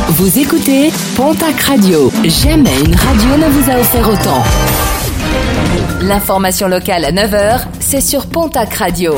Vous écoutez Pontac Radio. Jamais une radio ne vous a offert autant. L'information locale à 9h, c'est sur Pontac Radio.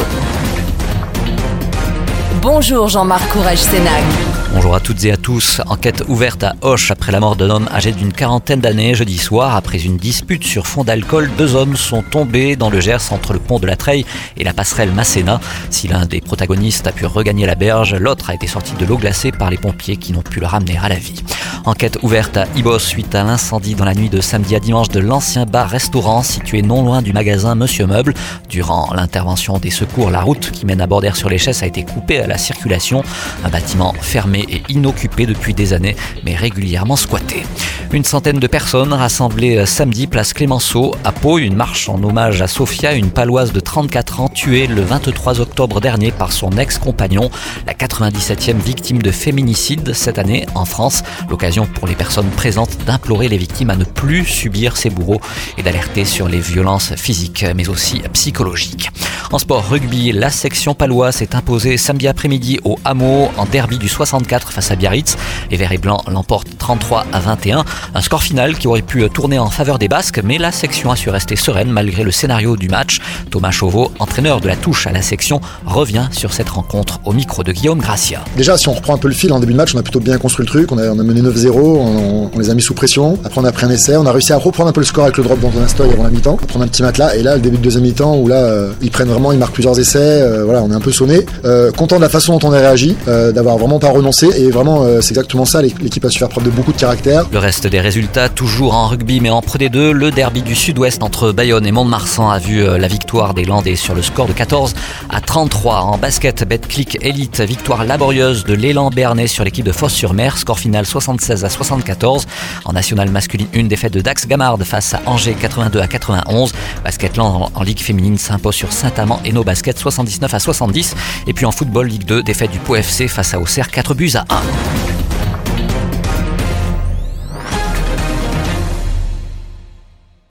Bonjour Jean-Marc Courage-Sénac. Bonjour à toutes et à tous. Enquête ouverte à Auch après la mort d'un homme âgé d'une quarantaine d'années jeudi soir. Après une dispute sur fond d'alcool, 2 hommes sont tombés dans le Gers entre le pont de la Treille et la passerelle Masséna. Si l'un des protagonistes a pu regagner la berge, l'autre a été sorti de l'eau glacée par les pompiers qui n'ont pu le ramener à la vie. Enquête ouverte à Ibos suite à l'incendie dans la nuit de samedi à dimanche de l'ancien bar-restaurant situé non loin du magasin Monsieur Meuble. Durant l'intervention des secours, la route qui mène à Bordères-sur-l'Échesse a été coupée à la circulation. Un bâtiment fermé et inoccupé depuis des années, mais régulièrement squatté. Une centaine de personnes rassemblées samedi place Clémenceau à Pau. Une marche en hommage à Sophia, une paloise de 34 ans tuée le 23 octobre dernier par son ex-compagnon, la 97e victime de féminicide cette année en France. L'occasion pour les personnes présentes d'implorer les victimes à ne plus subir ces bourreaux et d'alerter sur les violences physiques mais aussi psychologiques. En sport rugby, la section paloise s'est imposée samedi après-midi au Hameau en derby du 64 face à Biarritz. Les Verts et Blancs l'emportent 33-21. Un score final qui aurait pu tourner en faveur des Basques, mais la section a su rester sereine malgré le scénario du match. Thomas Chauveau, entraîneur de la touche à la section, revient sur cette rencontre au micro de Guillaume Gracia. Déjà, si on reprend un peu le fil en début de match, on a plutôt bien construit le truc. On a mené 9-0, on les a mis sous pression. Après, on a pris un essai. On a réussi à reprendre un peu le score avec le drop dans un stoy avant la mi-temps. On prend un petit matelas. Et là, le début de deuxième mi-temps où là, ils marquent plusieurs essais. Voilà, on est un peu sonné. Content de la façon dont on a réagi, d'avoir vraiment pas renoncé. Et vraiment, c'est exactement ça. L'équipe a su faire preuve de beaucoup de caractère. Le reste des résultats, toujours en rugby, mais en Pro D2, le derby du Sud-Ouest entre Bayonne et Mont-de-Marsan a vu la victoire des Landais sur le score de 14-33. En basket, Betclic Elite, victoire laborieuse de l'élan Bernay sur l'équipe de Fos-sur-Mer, score final 76-74. En nationale masculine, une défaite de Dax Gamard face à Angers 82-91. Basketland en Ligue féminine s'impose sur Saint-Amand et No Basket 79-70. Et puis en football Ligue 2, défaite du Pau FC face à Auxerre 4-1.